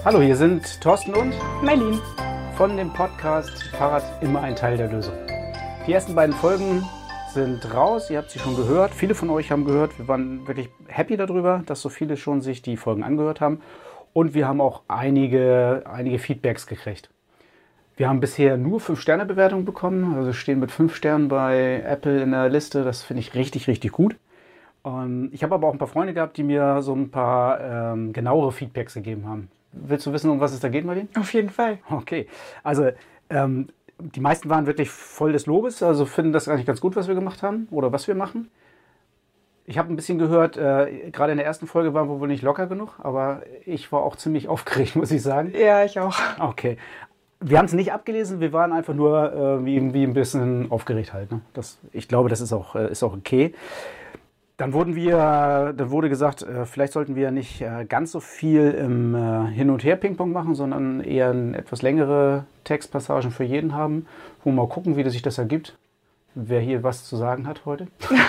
Hallo, hier sind Thorsten und Maylin von dem Podcast Fahrrad immer ein Teil der Lösung. Die ersten beiden Folgen sind raus, ihr habt sie schon gehört. Viele von euch haben gehört, wir waren wirklich happy darüber, dass so viele schon sich die Folgen angehört haben. Und wir haben auch einige Feedbacks gekriegt. Wir haben bisher nur 5-Sterne-Bewertungen bekommen, also stehen mit 5 Sternen bei Apple in der Liste. Das finde ich richtig, richtig gut. Ich habe aber auch ein paar Freunde gehabt, die mir so ein paar genauere Feedbacks gegeben haben. Willst du wissen, um was es da geht, Martin? Auf jeden Fall. Okay, also die meisten waren wirklich voll des Lobes, also finden das eigentlich ganz gut, was wir gemacht haben oder was wir machen. Ich habe ein bisschen gehört, gerade in der ersten Folge waren wir wohl nicht locker genug, aber ich war auch ziemlich aufgeregt, muss ich sagen. Ja, ich auch. Okay. Wir haben es nicht abgelesen, wir waren einfach nur wie ein bisschen aufgeregt halt. Ne? Ich glaube, das ist auch okay. Dann wurde gesagt, vielleicht sollten wir nicht ganz so viel im Hin- und Her-Ping-Pong machen, sondern eher etwas längere Textpassagen für jeden haben, wo wir mal gucken, wie sich das ergibt. Wer hier was zu sagen hat heute.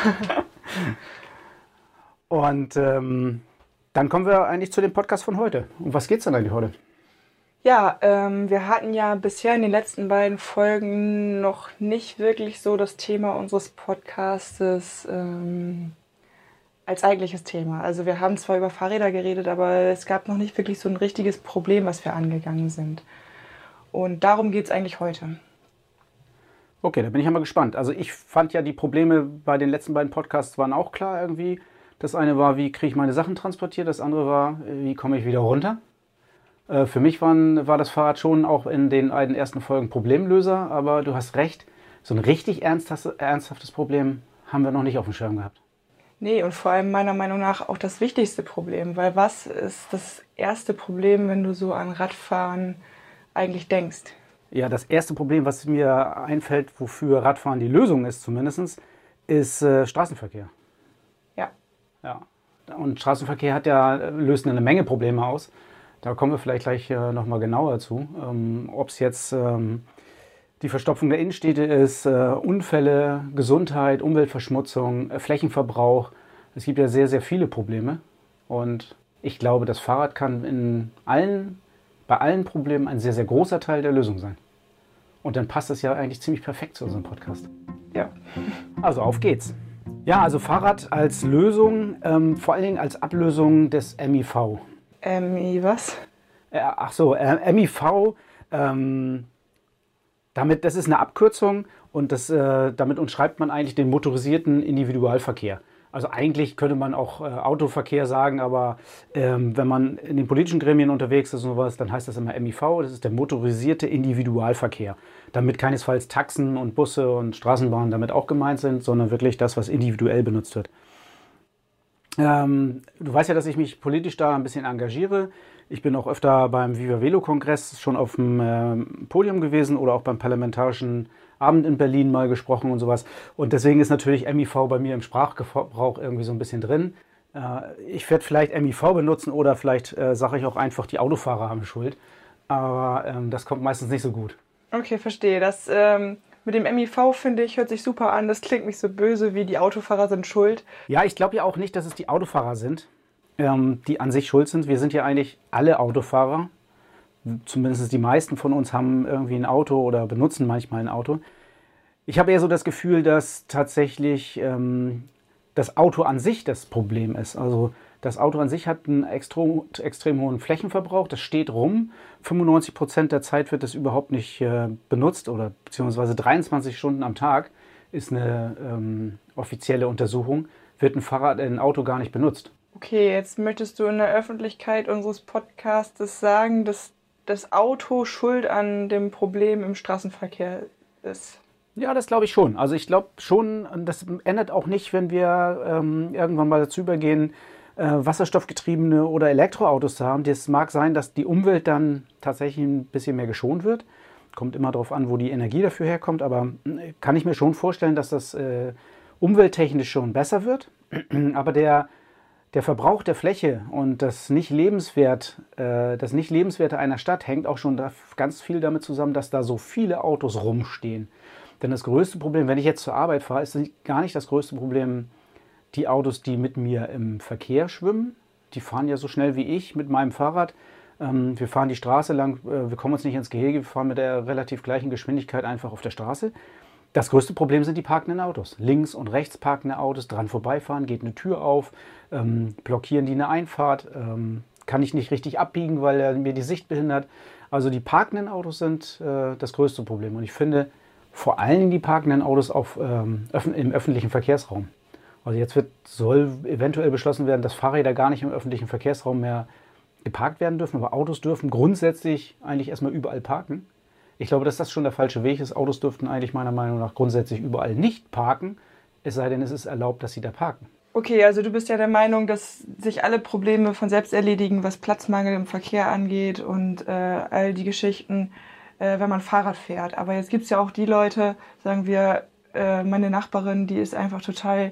Und dann kommen wir eigentlich zu dem Podcast von heute. Um was geht es denn eigentlich heute? Ja, wir hatten ja bisher in den letzten beiden Folgen noch nicht wirklich so das Thema unseres Podcastes als eigentliches Thema. Also wir haben zwar über Fahrräder geredet, aber es gab noch nicht wirklich so ein richtiges Problem, was wir angegangen sind. Und darum geht es eigentlich heute. Okay, da bin ich ja mal gespannt. Also ich fand ja, die Probleme bei den letzten beiden Podcasts waren auch klar irgendwie. Das eine war, wie kriege ich meine Sachen transportiert? Das andere war, wie komme ich wieder runter? Für mich war das Fahrrad schon auch in den beiden ersten Folgen Problemlöser, aber du hast recht, so ein richtig ernsthaftes Problem haben wir noch nicht auf dem Schirm gehabt. Nee, und vor allem meiner Meinung nach auch das wichtigste Problem, weil was ist das erste Problem, wenn du so an Radfahren eigentlich denkst? Ja, das erste Problem, was mir einfällt, wofür Radfahren die Lösung ist zumindest, ist Straßenverkehr. Ja. Ja. Und Straßenverkehr löst eine Menge Probleme aus. Da kommen wir vielleicht gleich nochmal genauer zu. Ob es jetzt die Verstopfung der Innenstädte ist, Unfälle, Gesundheit, Umweltverschmutzung, Flächenverbrauch. Es gibt ja sehr, sehr viele Probleme. Und ich glaube, das Fahrrad kann bei allen Problemen ein sehr, sehr großer Teil der Lösung sein. Und dann passt es ja eigentlich ziemlich perfekt zu unserem Podcast. Ja. Also auf geht's. Ja, also Fahrrad als Lösung, vor allen Dingen als Ablösung des MIV. Was? MIV, das ist eine Abkürzung und damit umschreibt man eigentlich den motorisierten Individualverkehr. Also eigentlich könnte man auch Autoverkehr sagen, aber wenn man in den politischen Gremien unterwegs ist und sowas, dann heißt das immer MIV, das ist der motorisierte Individualverkehr. Damit keinesfalls Taxen und Busse und Straßenbahnen damit auch gemeint sind, sondern wirklich das, was individuell benutzt wird. Du weißt ja, dass ich mich politisch da ein bisschen engagiere. Ich bin auch öfter beim Viva Velo Kongress schon auf dem Podium gewesen oder auch beim Parlamentarischen Abend in Berlin mal gesprochen und sowas. Und deswegen ist natürlich MIV bei mir im Sprachgebrauch irgendwie so ein bisschen drin. Ich werde vielleicht MIV benutzen oder vielleicht sage ich auch einfach, die Autofahrer haben Schuld. Aber das kommt meistens nicht so gut. Okay, verstehe. Das mit dem MIV, finde ich, hört sich super an. Das klingt nicht so böse wie die Autofahrer sind schuld. Ja, ich glaube ja auch nicht, dass es die Autofahrer sind, die an sich schuld sind. Wir sind ja eigentlich alle Autofahrer. Zumindest die meisten von uns haben irgendwie ein Auto oder benutzen manchmal ein Auto. Ich habe eher so das Gefühl, dass tatsächlich das Auto an sich das Problem ist. Also das Auto an sich hat einen extrem hohen Flächenverbrauch. Das steht rum. 95% der Zeit wird das überhaupt nicht benutzt oder beziehungsweise 23 Stunden am Tag ist eine offizielle Untersuchung, wird ein Auto gar nicht benutzt. Okay, jetzt möchtest du in der Öffentlichkeit unseres Podcasts sagen, dass das Auto schuld an dem Problem im Straßenverkehr ist. Ja, das glaube ich schon. Also ich glaube schon, das ändert auch nicht, wenn wir irgendwann mal dazu übergehen, wasserstoffgetriebene oder Elektroautos zu haben. Das mag sein, dass die Umwelt dann tatsächlich ein bisschen mehr geschont wird. Kommt immer darauf an, wo die Energie dafür herkommt. Aber kann ich mir schon vorstellen, dass das umwelttechnisch schon besser wird. Aber der Verbrauch der Fläche und das Nicht-Lebenswerte einer Stadt hängt auch schon ganz viel damit zusammen, dass da so viele Autos rumstehen. Denn das größte Problem, wenn ich jetzt zur Arbeit fahre, ist gar nicht das größte Problem die Autos, die mit mir im Verkehr schwimmen. Die fahren ja so schnell wie ich mit meinem Fahrrad. Wir fahren die Straße lang, wir kommen uns nicht ins Gehege, wir fahren mit der relativ gleichen Geschwindigkeit einfach auf der Straße. Das größte Problem sind die parkenden Autos. Links und rechts parkende Autos, dran vorbeifahren, geht eine Tür auf, blockieren die eine Einfahrt, kann ich nicht richtig abbiegen, weil er mir die Sicht behindert. Also die parkenden Autos sind das größte Problem. Und ich finde vor allen Dingen die parkenden Autos im öffentlichen Verkehrsraum. Also jetzt soll eventuell beschlossen werden, dass Fahrräder gar nicht im öffentlichen Verkehrsraum mehr geparkt werden dürfen, aber Autos dürfen grundsätzlich eigentlich erstmal überall parken. Ich glaube, dass das schon der falsche Weg ist. Autos dürften eigentlich meiner Meinung nach grundsätzlich überall nicht parken, es sei denn, es ist erlaubt, dass sie da parken. Okay, also du bist ja der Meinung, dass sich alle Probleme von selbst erledigen, was Platzmangel im Verkehr angeht und all die Geschichten, wenn man Fahrrad fährt. Aber jetzt gibt es ja auch die Leute, sagen wir, meine Nachbarin, die ist einfach total,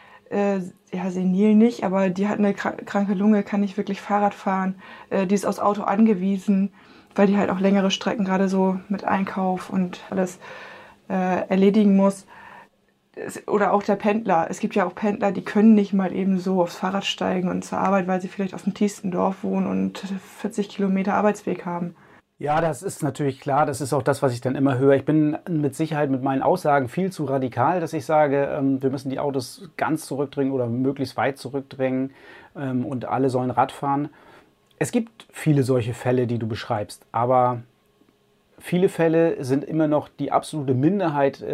senil nicht, aber die hat eine kranke Lunge, kann nicht wirklich Fahrrad fahren. Die ist aufs Auto angewiesen, weil die halt auch längere Strecken gerade so mit Einkauf und alles erledigen muss. Oder auch der Pendler. Es gibt ja auch Pendler, die können nicht mal eben so aufs Fahrrad steigen und zur Arbeit, weil sie vielleicht auf dem tiefsten Dorf wohnen und 40 Kilometer Arbeitsweg haben. Ja, das ist natürlich klar. Das ist auch das, was ich dann immer höre. Ich bin mit Sicherheit mit meinen Aussagen viel zu radikal, dass ich sage, wir müssen die Autos ganz zurückdrängen oder möglichst weit zurückdrängen und alle sollen Rad fahren. Es gibt viele solche Fälle, die du beschreibst, aber viele Fälle sind immer noch die absolute Minderheit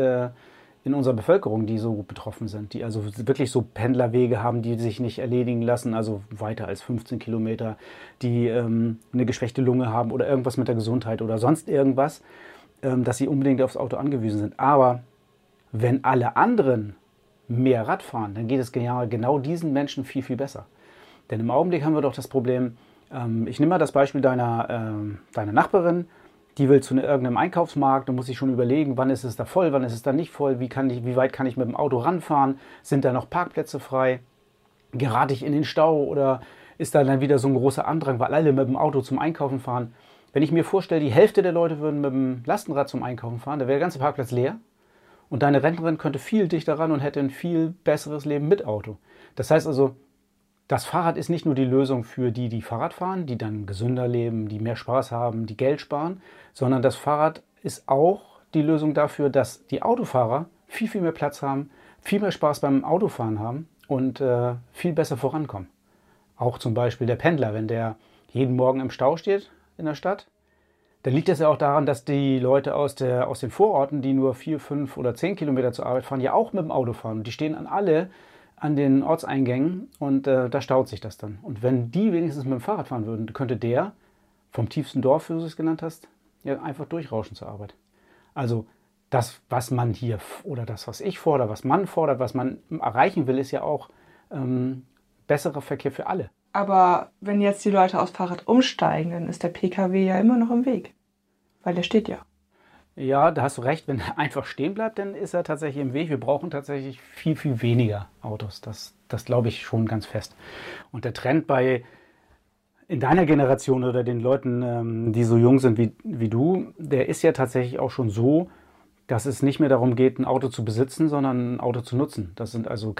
in unserer Bevölkerung, die so betroffen sind, die also wirklich so Pendlerwege haben, die sich nicht erledigen lassen, also weiter als 15 Kilometer, die eine geschwächte Lunge haben oder irgendwas mit der Gesundheit oder sonst irgendwas, dass sie unbedingt aufs Auto angewiesen sind. Aber wenn alle anderen mehr Rad fahren, dann geht es genau diesen Menschen viel, viel besser. Denn im Augenblick haben wir doch das Problem, ich nehme mal das Beispiel deiner Nachbarin, die will zu irgendeinem Einkaufsmarkt und muss sich schon überlegen, wann ist es da voll, wann ist es da nicht voll, wie weit kann ich mit dem Auto ranfahren, sind da noch Parkplätze frei, gerate ich in den Stau oder ist da dann wieder so ein großer Andrang, weil alle mit dem Auto zum Einkaufen fahren. Wenn ich mir vorstelle, die Hälfte der Leute würden mit dem Lastenrad zum Einkaufen fahren, dann wäre der ganze Parkplatz leer und deine Rentnerin könnte viel dichter ran und hätte ein viel besseres Leben mit Auto. Das heißt also, das Fahrrad ist nicht nur die Lösung für die, die Fahrrad fahren, die dann gesünder leben, die mehr Spaß haben, die Geld sparen, sondern das Fahrrad ist auch die Lösung dafür, dass die Autofahrer viel, viel mehr Platz haben, viel mehr Spaß beim Autofahren haben und viel besser vorankommen. Auch zum Beispiel der Pendler, wenn der jeden Morgen im Stau steht in der Stadt, dann liegt es ja auch daran, dass die Leute aus den Vororten, die nur 4, 5 oder 10 Kilometer zur Arbeit fahren, ja auch mit dem Auto fahren. Und die stehen an den Ortseingängen und da staut sich das dann. Und wenn die wenigstens mit dem Fahrrad fahren würden, könnte der vom tiefsten Dorf, wie du es genannt hast, ja einfach durchrauschen zur Arbeit. Also das, was man hier oder das, was ich fordere, was man fordert, was man erreichen will, ist ja auch besserer Verkehr für alle. Aber wenn jetzt die Leute aufs Fahrrad umsteigen, dann ist der PKW ja immer noch im Weg. Weil der steht ja. Ja, da hast du recht. Wenn er einfach stehen bleibt, dann ist er tatsächlich im Weg. Wir brauchen tatsächlich viel, viel weniger Autos. Das glaube ich schon ganz fest. Und der Trend in deiner Generation oder den Leuten, die so jung sind wie du, der ist ja tatsächlich auch schon so, dass es nicht mehr darum geht, ein Auto zu besitzen, sondern ein Auto zu nutzen. Das sind also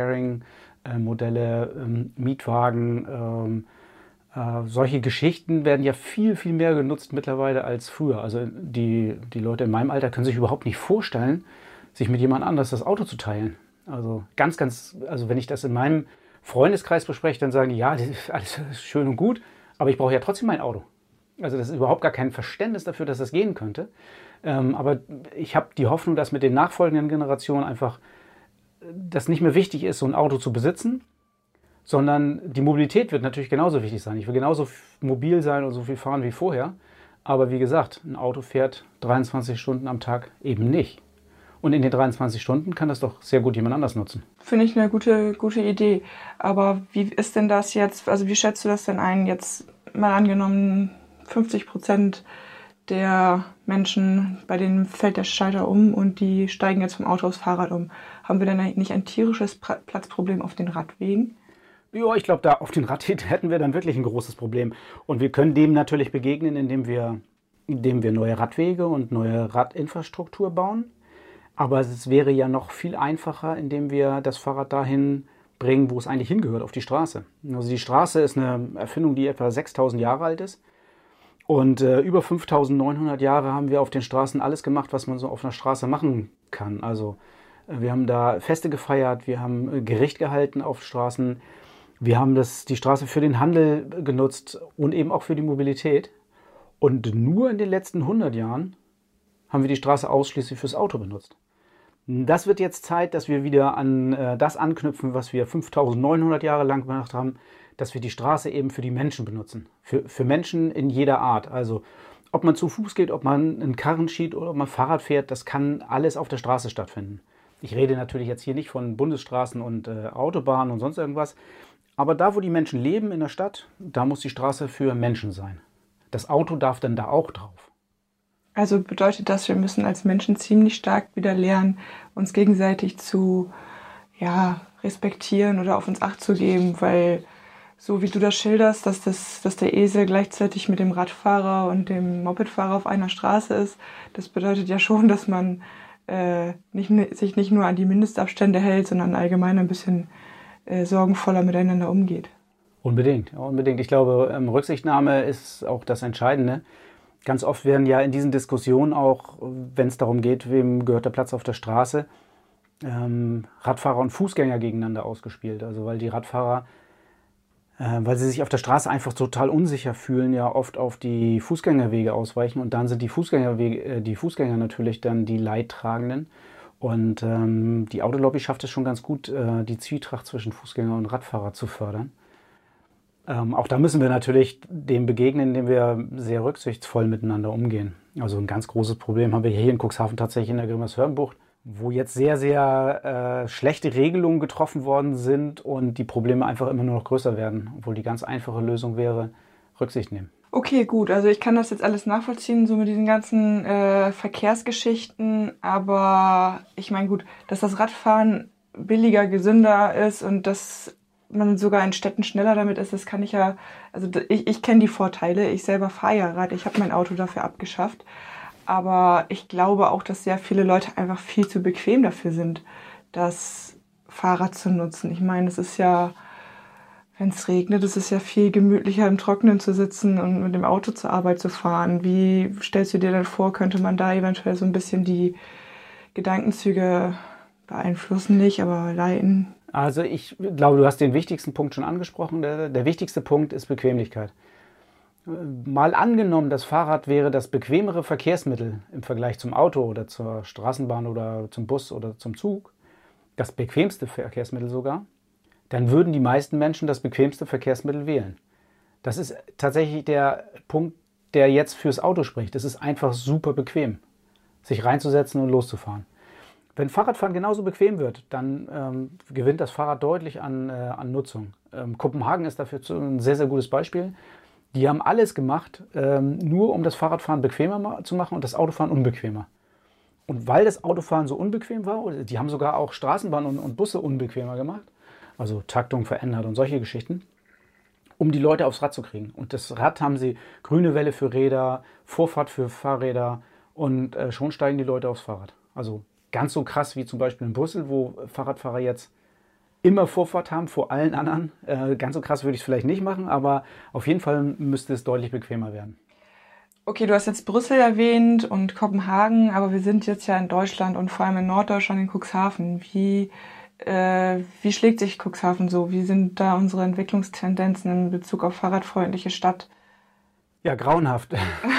Carsharing-Modelle, Mietwagen, solche Geschichten werden ja viel, viel mehr genutzt mittlerweile als früher. Also die Leute in meinem Alter können sich überhaupt nicht vorstellen, sich mit jemand anders das Auto zu teilen. Also also wenn ich das in meinem Freundeskreis bespreche, dann sagen die, ja, das ist alles schön und gut, aber ich brauche ja trotzdem mein Auto. Also das ist überhaupt gar kein Verständnis dafür, dass das gehen könnte. Aber ich habe die Hoffnung, dass mit den nachfolgenden Generationen einfach das nicht mehr wichtig ist, so ein Auto zu besitzen, sondern die Mobilität wird natürlich genauso wichtig sein. Ich will genauso mobil sein und so viel fahren wie vorher. Aber wie gesagt, ein Auto fährt 23 Stunden am Tag eben nicht. Und in den 23 Stunden kann das doch sehr gut jemand anders nutzen. Finde ich eine gute Idee. Aber wie ist denn das jetzt, also wie schätzt du das denn ein? Jetzt mal angenommen, 50% der Menschen, bei denen fällt der Schalter um und die steigen jetzt vom Auto aufs Fahrrad um. Haben wir denn nicht ein tierisches Platzproblem auf den Radwegen? Ja, ich glaube, da auf den Radwegen hätten wir dann wirklich ein großes Problem. Und wir können dem natürlich begegnen, indem wir neue Radwege und neue Radinfrastruktur bauen. Aber es wäre ja noch viel einfacher, indem wir das Fahrrad dahin bringen, wo es eigentlich hingehört, auf die Straße. Also die Straße ist eine Erfindung, die etwa 6000 Jahre alt ist. Und über 5900 Jahre haben wir auf den Straßen alles gemacht, was man so auf einer Straße machen kann. Also wir haben da Feste gefeiert, wir haben Gericht gehalten auf Straßen, wir haben die Straße für den Handel genutzt und eben auch für die Mobilität. Und nur in den letzten 100 Jahren haben wir die Straße ausschließlich fürs Auto benutzt. Das wird jetzt Zeit, dass wir wieder an das anknüpfen, was wir 5900 Jahre lang gemacht haben, dass wir die Straße eben für die Menschen benutzen. Für Menschen in jeder Art. Also ob man zu Fuß geht, ob man einen Karren schiebt oder ob man Fahrrad fährt, das kann alles auf der Straße stattfinden. Ich rede natürlich jetzt hier nicht von Bundesstraßen und Autobahnen und sonst irgendwas. Aber da, wo die Menschen leben in der Stadt, da muss die Straße für Menschen sein. Das Auto darf dann da auch drauf. Also bedeutet das, wir müssen als Menschen ziemlich stark wieder lernen, uns gegenseitig zu respektieren oder auf uns Acht zu geben, weil so wie du das schilderst, dass der Esel gleichzeitig mit dem Radfahrer und dem Mopedfahrer auf einer Straße ist, das bedeutet ja schon, dass man sich nicht nur an die Mindestabstände hält, sondern allgemein ein bisschen sorgenvoller miteinander umgeht. Unbedingt, ja, unbedingt. Ich glaube, Rücksichtnahme ist auch das Entscheidende. Ganz oft werden ja in diesen Diskussionen auch, wenn es darum geht, wem gehört der Platz auf der Straße, Radfahrer und Fußgänger gegeneinander ausgespielt. Also weil die Radfahrer, weil sie sich auf der Straße einfach total unsicher fühlen, ja oft auf die Fußgängerwege ausweichen und dann sind die Fußgänger natürlich dann die Leidtragenden. Und die Autolobby schafft es schon ganz gut, die Zwietracht zwischen Fußgänger und Radfahrer zu fördern. Auch da müssen wir natürlich dem begegnen, indem wir sehr rücksichtsvoll miteinander umgehen. Also ein ganz großes Problem haben wir hier in Cuxhaven tatsächlich in der Grimmershörnbucht, wo jetzt sehr, sehr schlechte Regelungen getroffen worden sind und die Probleme einfach immer nur noch größer werden, obwohl die ganz einfache Lösung wäre, Rücksicht nehmen. Okay, gut, also ich kann das jetzt alles nachvollziehen, so mit diesen ganzen Verkehrsgeschichten, aber ich meine gut, dass das Radfahren billiger, gesünder ist und dass man sogar in Städten schneller damit ist, das kann ich ja, also ich kenne die Vorteile, ich selber fahre ja Rad, ich habe mein Auto dafür abgeschafft, aber ich glaube auch, dass sehr viele Leute einfach viel zu bequem dafür sind, das Fahrrad zu nutzen. Ich meine, es ist ja, wenn es regnet, es ist ja viel gemütlicher im Trockenen zu sitzen und mit dem Auto zur Arbeit zu fahren. Wie stellst du dir denn vor, könnte man da eventuell so ein bisschen die Gedankenzüge beeinflussen, nicht, aber leiten? Also ich glaube, du hast den wichtigsten Punkt schon angesprochen. Der wichtigste Punkt ist Bequemlichkeit. Mal angenommen, das Fahrrad wäre das bequemere Verkehrsmittel im Vergleich zum Auto oder zur Straßenbahn oder zum Bus oder zum Zug, das bequemste Verkehrsmittel sogar, dann würden die meisten Menschen das bequemste Verkehrsmittel wählen. Das ist tatsächlich der Punkt, der jetzt fürs Auto spricht. Es ist einfach super bequem, sich reinzusetzen und loszufahren. Wenn Fahrradfahren genauso bequem wird, dann gewinnt das Fahrrad deutlich an Nutzung. Kopenhagen ist dafür ein sehr, sehr gutes Beispiel. Die haben alles gemacht, nur um das Fahrradfahren bequemer zu machen und das Autofahren unbequemer. Und weil das Autofahren so unbequem war, die haben sogar auch Straßenbahnen und Busse unbequemer gemacht, also Taktung verändert und solche Geschichten, um die Leute aufs Rad zu kriegen. Und das Rad haben sie grüne Welle für Räder, Vorfahrt für Fahrräder und schon steigen die Leute aufs Fahrrad. Also ganz so krass wie zum Beispiel in Brüssel, wo Fahrradfahrer jetzt immer Vorfahrt haben vor allen anderen. Ganz so krass würde ich es vielleicht nicht machen, aber auf jeden Fall müsste es deutlich bequemer werden. Okay, du hast jetzt Brüssel erwähnt und Kopenhagen, aber wir sind jetzt ja in Deutschland und vor allem in Norddeutschland in Cuxhaven. Wie schlägt sich Cuxhaven so? Wie sind da unsere Entwicklungstendenzen in Bezug auf fahrradfreundliche Stadt? Ja, grauenhaft.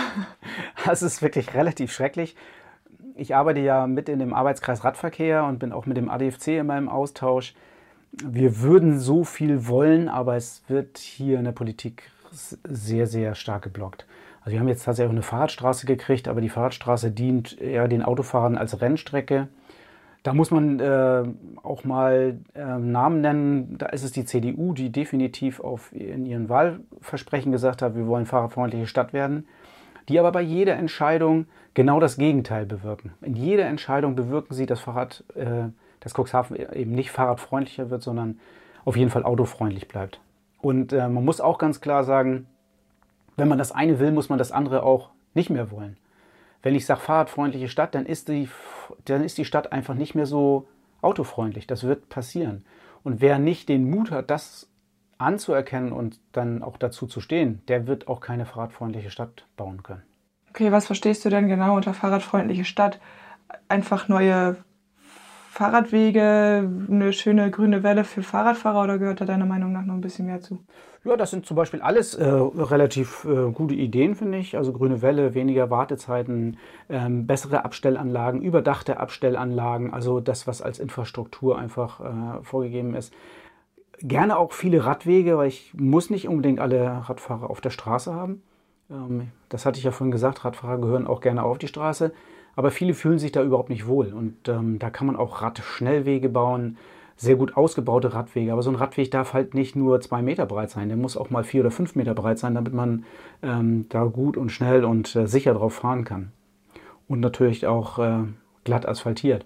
Das ist wirklich relativ schrecklich. Ich arbeite ja mit in dem Arbeitskreis Radverkehr und bin auch mit dem ADFC immer im Austausch. Wir würden so viel wollen, aber es wird hier in der Politik sehr, sehr stark geblockt. Also wir haben jetzt tatsächlich auch eine Fahrradstraße gekriegt, aber die Fahrradstraße dient eher den Autofahrern als Rennstrecke. Da muss man auch mal Namen nennen. Da ist es die CDU, die definitiv in ihren Wahlversprechen gesagt hat, wir wollen fahrradfreundliche Stadt werden, die aber bei jeder Entscheidung genau das Gegenteil bewirken. In jeder Entscheidung bewirken sie, dass Cuxhaven eben nicht fahrradfreundlicher wird, sondern auf jeden Fall autofreundlich bleibt. Und man muss auch ganz klar sagen, wenn man das eine will, muss man das andere auch nicht mehr wollen. Wenn ich sage fahrradfreundliche Stadt, dann ist die Stadt einfach nicht mehr so autofreundlich. Das wird passieren. Und wer nicht den Mut hat, das anzuerkennen und dann auch dazu zu stehen, der wird auch keine fahrradfreundliche Stadt bauen können. Okay, was verstehst du denn genau unter fahrradfreundliche Stadt? Einfach neue Fahrradwege, eine schöne grüne Welle für Fahrradfahrer oder gehört da deiner Meinung nach noch ein bisschen mehr zu? Ja, das sind zum Beispiel alles relativ gute Ideen, finde ich. Also grüne Welle, weniger Wartezeiten, bessere Abstellanlagen, überdachte Abstellanlagen, also das, was als Infrastruktur einfach vorgegeben ist. Gerne auch viele Radwege, weil ich muss nicht unbedingt alle Radfahrer auf der Straße haben. Das hatte ich ja vorhin gesagt, Radfahrer gehören auch gerne auf die Straße. Aber viele fühlen sich da überhaupt nicht wohl. Und da kann man auch Radschnellwege bauen, sehr gut ausgebaute Radwege. Aber so ein Radweg darf halt nicht nur 2 Meter breit sein. Der muss auch mal 4 oder 5 Meter breit sein, damit man da gut und schnell und sicher drauf fahren kann. Und natürlich auch glatt asphaltiert.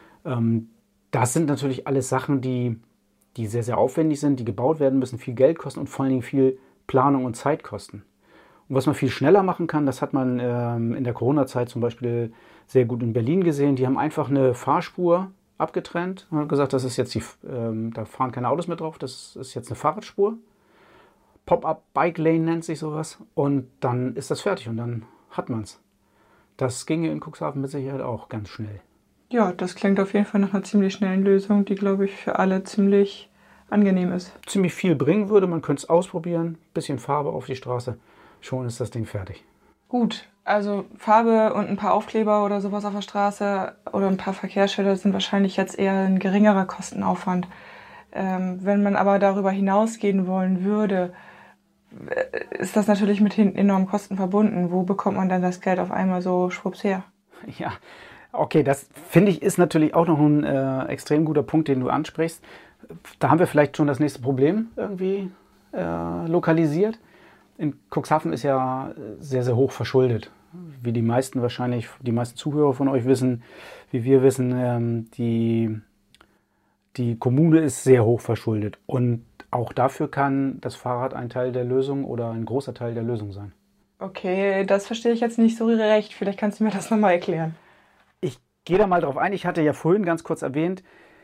Das sind natürlich alles Sachen, die sehr, sehr aufwendig sind, die gebaut werden müssen, viel Geld kosten und vor allen Dingen viel Planung und Zeit kosten. Und was man viel schneller machen kann, das hat man in der Corona-Zeit zum Beispiel sehr gut in Berlin gesehen. Die haben einfach eine Fahrspur abgetrennt und haben gesagt, das ist jetzt da fahren keine Autos mehr drauf, das ist jetzt eine Fahrradspur. Pop-up Bike Lane nennt sich sowas. Und dann ist das fertig und dann hat man es. Das ginge in Cuxhaven mit Sicherheit auch ganz schnell. Ja, das klingt auf jeden Fall nach einer ziemlich schnellen Lösung, die, glaube ich, für alle ziemlich angenehm ist. Ziemlich viel bringen würde, man könnte es ausprobieren, bisschen Farbe auf die Straße, schon ist das Ding fertig. Gut, also Farbe und ein paar Aufkleber oder sowas auf der Straße oder ein paar Verkehrsschilder sind wahrscheinlich jetzt eher ein geringerer Kostenaufwand. Wenn man aber darüber hinausgehen wollen würde, ist das natürlich mit enormen Kosten verbunden. Wo bekommt man dann das Geld auf einmal so schwupps her? Ja, okay, das finde ich ist natürlich auch noch ein extrem guter Punkt, den du ansprichst. Da haben wir vielleicht schon das nächste Problem irgendwie lokalisiert. In Cuxhaven ist ja sehr, sehr hoch verschuldet. Wie die meisten wahrscheinlich, die meisten Zuhörer von euch wissen, wie wir wissen, die Kommune ist sehr hoch verschuldet. Und auch dafür kann das Fahrrad ein Teil der Lösung oder ein großer Teil der Lösung sein. Okay, das verstehe ich jetzt nicht so recht. Vielleicht kannst du mir das nochmal erklären. Ich gehe da mal drauf ein. Ich hatte ja vorhin ganz kurz erwähnt,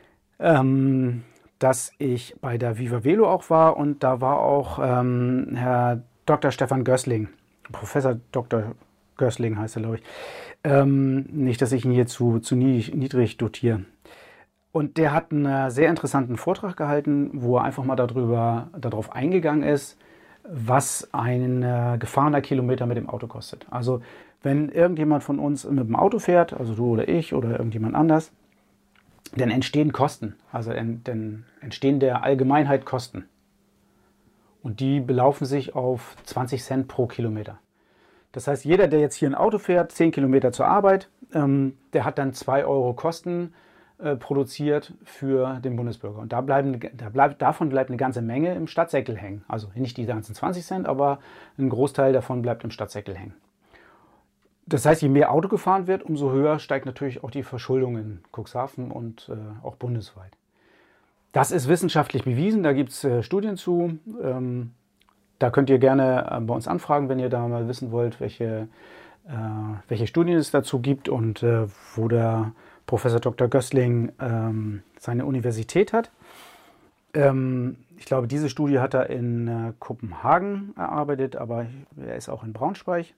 dass ich bei der Viva Velo auch war und da war auch Herr Dr. Stefan Gößling, Professor Dr. Gößling heißt er, glaube ich. Nicht, dass ich ihn hier zu niedrig dotiere. Und der hat einen sehr interessanten Vortrag gehalten, wo er einfach mal darauf eingegangen ist, was ein gefahrener Kilometer mit dem Auto kostet. Also wenn irgendjemand von uns mit dem Auto fährt, also du oder ich oder irgendjemand anders, dann entstehen Kosten. Also dann entstehen der Allgemeinheit Kosten. Und die belaufen sich auf 20 Cent pro Kilometer. Das heißt, jeder, der jetzt hier ein Auto fährt, 10 Kilometer zur Arbeit, der hat dann 2 Euro Kosten produziert für den Bundesbürger. Und davon bleibt eine ganze Menge im Stadtsäckel hängen. Also nicht die ganzen 20 Cent, aber ein Großteil davon bleibt im Stadtsäckel hängen. Das heißt, je mehr Auto gefahren wird, umso höher steigt natürlich auch die Verschuldung in Cuxhaven und auch bundesweit. Das ist wissenschaftlich bewiesen, da gibt es Studien zu. Da könnt ihr gerne bei uns anfragen, wenn ihr da mal wissen wollt, welche Studien es dazu gibt und wo der Professor Dr. Gößling seine Universität hat. Ich glaube, diese Studie hat er in Kopenhagen erarbeitet, aber er ist auch in Braunschweig.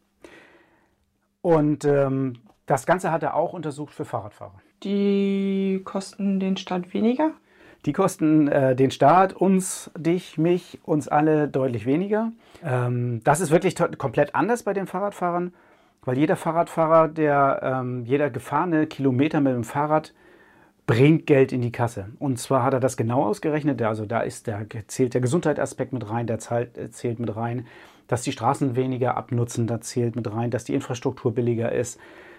Und das Ganze hat er auch untersucht für Fahrradfahrer. Die kosten den Staat weniger? Die kosten den Staat, uns, dich, mich, uns alle deutlich weniger. Das ist wirklich komplett anders bei den Fahrradfahrern, weil jeder Fahrradfahrer, jeder gefahrene Kilometer mit dem Fahrrad bringt Geld in die Kasse. Und zwar hat er das genau ausgerechnet, also zählt der Gesundheitsaspekt mit rein, der zählt mit rein, dass die Straßen weniger abnutzen, da zählt mit rein, dass die Infrastruktur billiger ist.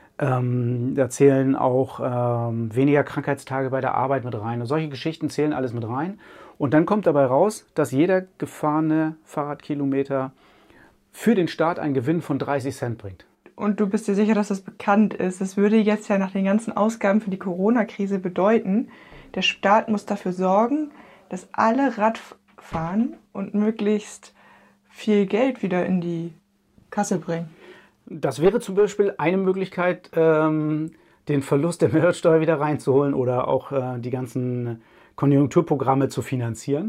Da zählen auch weniger Krankheitstage bei der Arbeit mit rein. Und solche Geschichten zählen alles mit rein. Und dann kommt dabei raus, dass jeder gefahrene Fahrradkilometer für den Staat einen Gewinn von 30 Cent bringt. Und du bist dir sicher, dass das bekannt ist? Das würde jetzt ja nach den ganzen Ausgaben für die Corona-Krise bedeuten, der Staat muss dafür sorgen, dass alle Rad fahren und möglichst viel Geld wieder in die Kasse bringen. Das wäre zum Beispiel eine Möglichkeit, den Verlust der Mehrwertsteuer wieder reinzuholen oder auch die ganzen Konjunkturprogramme zu finanzieren.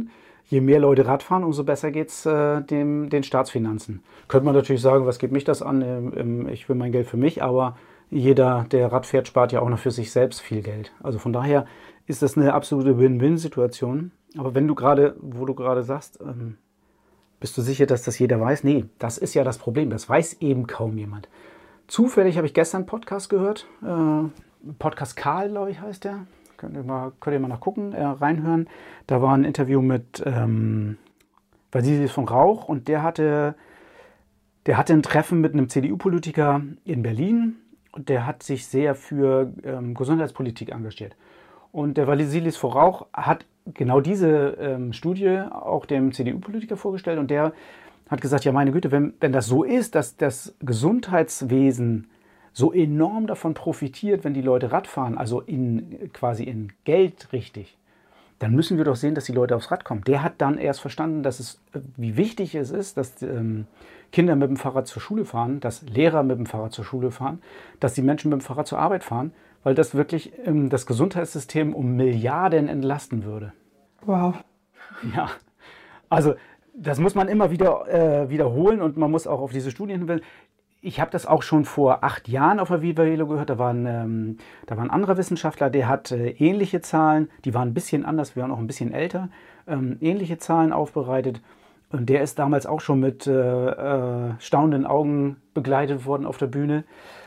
je mehr Leute Rad fahren, umso besser geht es den Staatsfinanzen. Könnte man natürlich sagen, was geht mich das an? Ich will mein Geld für mich, aber jeder, der Rad fährt, spart ja auch noch für sich selbst viel Geld. Also von daher ist das eine absolute Win-Win-Situation. Aber wo du gerade sagst, bist du sicher, dass das jeder weiß? Nee, das ist ja das Problem. Das weiß eben kaum jemand. Zufällig habe ich gestern einen Podcast gehört. Podcast Karl, glaube ich, heißt der. Könnt ihr mal nachgucken, reinhören. Da war ein Interview mit Vasilius von Rauch und der hatte ein Treffen mit einem CDU-Politiker in Berlin und der hat sich sehr für Gesundheitspolitik engagiert. Und der Vasilius von Rauch hat genau diese Studie auch dem CDU-Politiker vorgestellt und der hat gesagt, ja meine Güte, wenn das so ist, dass das Gesundheitswesen so enorm davon profitiert, wenn die Leute Rad fahren, also quasi in Geld richtig, dann müssen wir doch sehen, dass die Leute aufs Rad kommen. Der hat dann erst verstanden, wie wichtig es ist, dass Kinder mit dem Fahrrad zur Schule fahren, dass Lehrer mit dem Fahrrad zur Schule fahren, dass die Menschen mit dem Fahrrad zur Arbeit fahren, weil das wirklich das Gesundheitssystem um Milliarden entlasten würde. Wow. Ja, also das muss man immer wieder wiederholen und man muss auch auf diese Studien hinweisen. Ich habe das auch schon vor 8 Jahren auf der Viva Velo gehört. Da war ein anderer Wissenschaftler, der hat ähnliche Zahlen, die waren ein bisschen anders, wir waren auch ein bisschen älter, ähnliche Zahlen aufbereitet. Und der ist damals auch schon mit staunenden Augen begleitet worden auf der Bühne.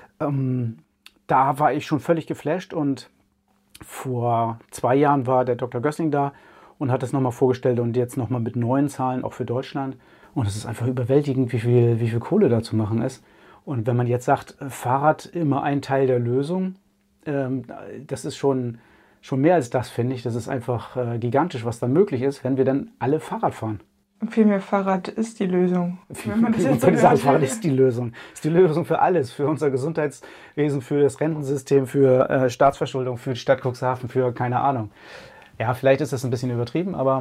Da war ich schon völlig geflasht und vor 2 Jahren war der Dr. Gössling da und hat das nochmal vorgestellt und jetzt nochmal mit neuen Zahlen, auch für Deutschland. Und es ist einfach überwältigend, wie viel Kohle da zu machen ist. Und wenn man jetzt sagt, Fahrrad immer ein Teil der Lösung, das ist schon mehr als das, finde ich. Das ist einfach gigantisch, was da möglich ist, wenn wir dann alle Fahrrad fahren. Vielmehr Fahrrad ist die Lösung. Wenn man das jetzt so sagen, Fahrrad ist die Lösung. Ist die Lösung für alles. Für unser Gesundheitswesen, für das Rentensystem, für Staatsverschuldung, für die Stadt Cuxhaven, für keine Ahnung. Ja, vielleicht ist das ein bisschen übertrieben, aber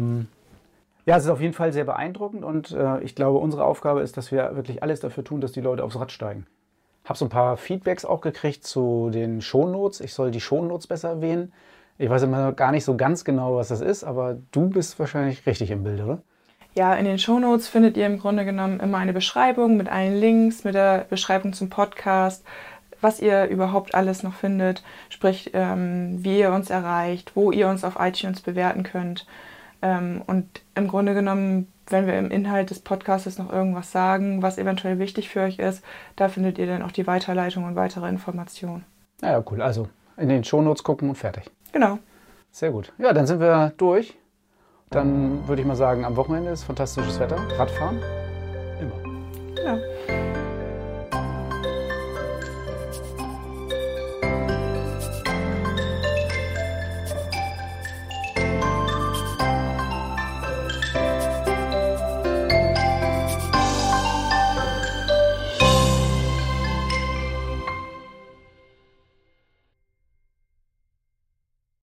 ja, es ist auf jeden Fall sehr beeindruckend und ich glaube, unsere Aufgabe ist, dass wir wirklich alles dafür tun, dass die Leute aufs Rad steigen. Habe so ein paar Feedbacks auch gekriegt zu den Shownotes. Ich soll die Shownotes besser erwähnen. Ich weiß immer gar nicht so ganz genau, was das ist, aber du bist wahrscheinlich richtig im Bild, oder? Ja, in den Shownotes findet ihr im Grunde genommen immer eine Beschreibung mit allen Links, mit der Beschreibung zum Podcast, was ihr überhaupt alles noch findet, sprich, wie ihr uns erreicht, wo ihr uns auf iTunes bewerten könnt. Und im Grunde genommen, wenn wir im Inhalt des Podcasts noch irgendwas sagen, was eventuell wichtig für euch ist, da findet ihr dann auch die Weiterleitung und weitere Informationen. Ja, cool. Also in den Shownotes gucken und fertig. Genau. Sehr gut. Ja, dann sind wir durch. Dann würde ich mal sagen, am Wochenende ist fantastisches Wetter. Radfahren. Immer. Ja.